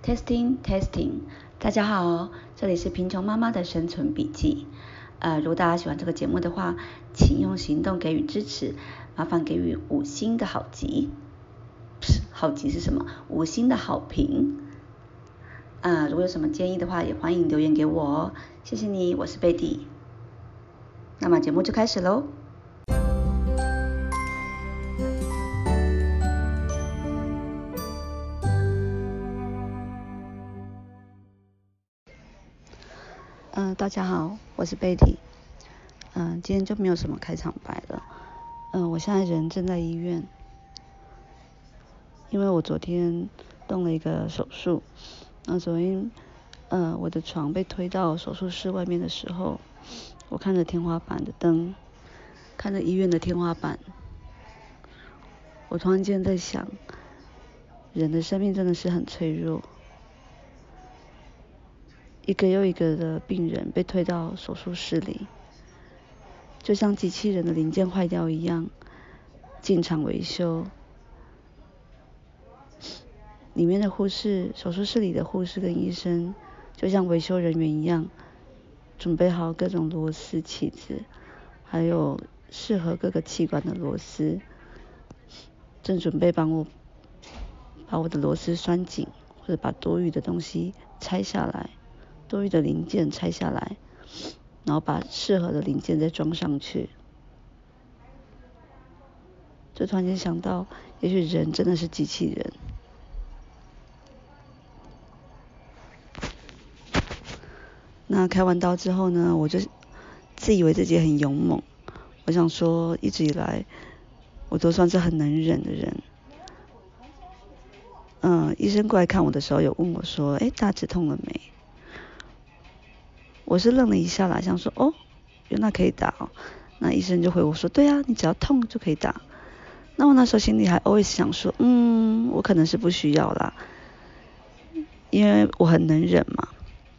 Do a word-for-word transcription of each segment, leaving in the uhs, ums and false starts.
Testing Testing， 大家好，这里是贫穷妈妈的生存笔记。呃，如果大家喜欢这个节目的话，请用行动给予支持，麻烦给予五星的好集。好集是什么？五星的好评。呃，如果有什么建议的话，也欢迎留言给我哦。谢谢你，我是贝蒂。那么节目就开始喽。嗯、呃，大家好，我是贝蒂。嗯、呃，今天就没有什么开场白了。嗯、呃，我现在人正在医院，因为我昨天动了一个手术。那昨天，呃，我的床被推到手术室外面的时候，我看着天花板的灯，看着医院的天花板，我突然间在想，人的生命真的是很脆弱。一个又一个的病人被推到手术室里，就像机器人的零件坏掉一样，进场维修。里面的护士，手术室里的护士跟医生，就像维修人员一样，准备好各种螺丝起子，还有适合各个器官的螺丝，正准备帮我把我的螺丝拴紧，或者把多余的东西拆下来，多余的零件拆下来，然后把适合的零件再装上去。就突然间想到，也许人真的是机器人。那开完刀之后呢，我就自以为自己很勇猛。我想说，一直以来我都算是很能忍的人。嗯，医生过来看我的时候，有问我说：“哎，大止痛了没？”我是愣了一下啦，想说：“哦，原来可以打哦。”那医生就回我说：“对啊，你只要痛就可以打。”那我那时候心里还 always 想说：“嗯，我可能是不需要啦，因为我很能忍嘛。”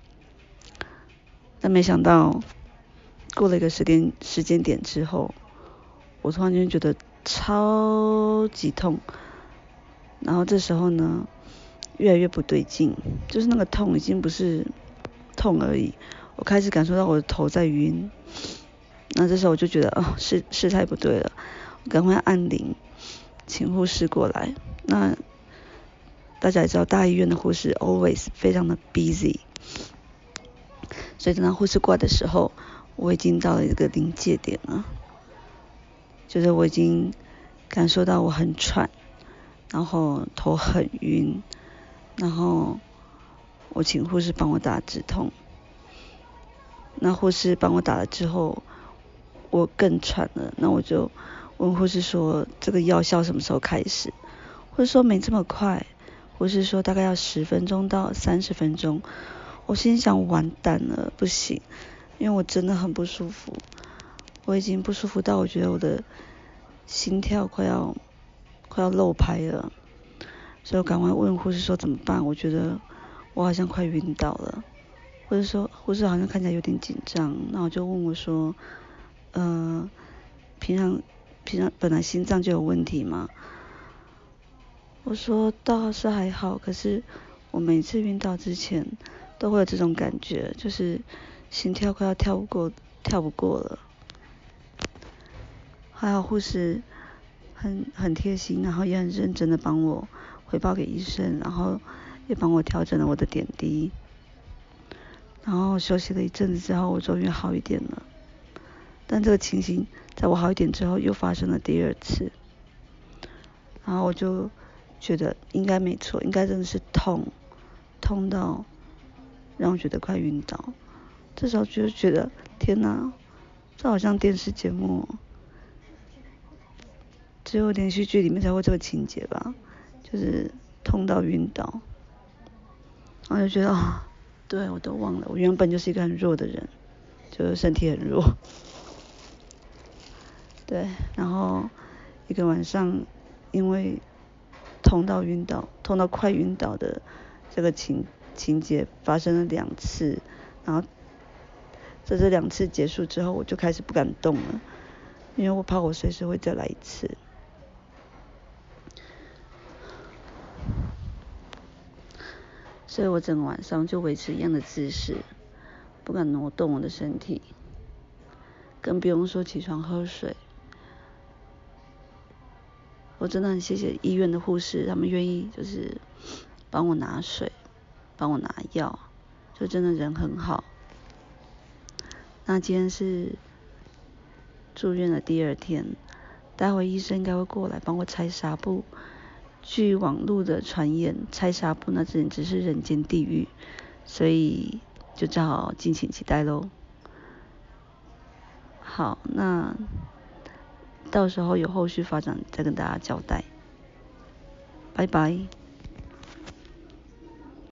但没想到，过了一个时间时间点之后，我突然间觉得超级痛，然后这时候呢，越来越不对劲，就是那个痛已经不是痛而已，我开始感受到我的头在晕。那这时候我就觉得，哦，事事态不对了，我赶快按铃，请护士过来。那大家也知道，大医院的护士 always 非常的 busy。所以等到护士过来的时候，我已经到了一个临界点了，就是我已经感受到我很喘，然后头很晕，然后我请护士帮我打止痛。那护士帮我打了之后，我更喘了，那我就问护士说，这个药效什么时候开始？护士说没这么快，护士说大概要十分钟到三十分钟。我心想完蛋了，不行，因为我真的很不舒服，我已经不舒服到我觉得我的心跳快要快要漏拍了，所以我赶快问护士说怎么办？我觉得我好像快晕倒了。护士说护士好像看起来有点紧张，那我就问我说，呃，平常平常本来心脏就有问题吗？我说倒是还好，可是我每次晕倒之前都会有这种感觉，就是心跳快要跳不过跳不过了。还好护士很很贴心，然后也很认真的帮我回报给医生，然后也帮我调整了我的点滴。然后休息了一阵子之后，我终于好一点了。但这个情形在我好一点之后又发生了第二次，然后我就觉得应该没错，应该真的是痛，痛到让我觉得快晕倒。这时候就觉得天哪，这好像电视节目，只有连续剧里面才会这个情节吧，就是痛到晕倒。然后就觉得啊、哦，对，我都忘了，我原本就是一个很弱的人，就是身体很弱。对，然后一个晚上因为痛到晕倒，痛到快晕倒的这个情情节发生了两次，然后在这两次结束之后，我就开始不敢动了，因为我怕我随时会再来一次。 所以我整个晚上就维持一样的姿势，不敢挪动我的身体，更不用说起床喝水。我真的很谢谢医院的护士，他们愿意就是帮我拿水，帮我拿药，就真的人很好。那今天是住院的第二天，待会医生应该会过来帮我拆纱布。据网络的传言，拆纱布那简直是人间地狱，所以就只好敬请期待咯。好，那到时候有后续发展再跟大家交代。拜拜。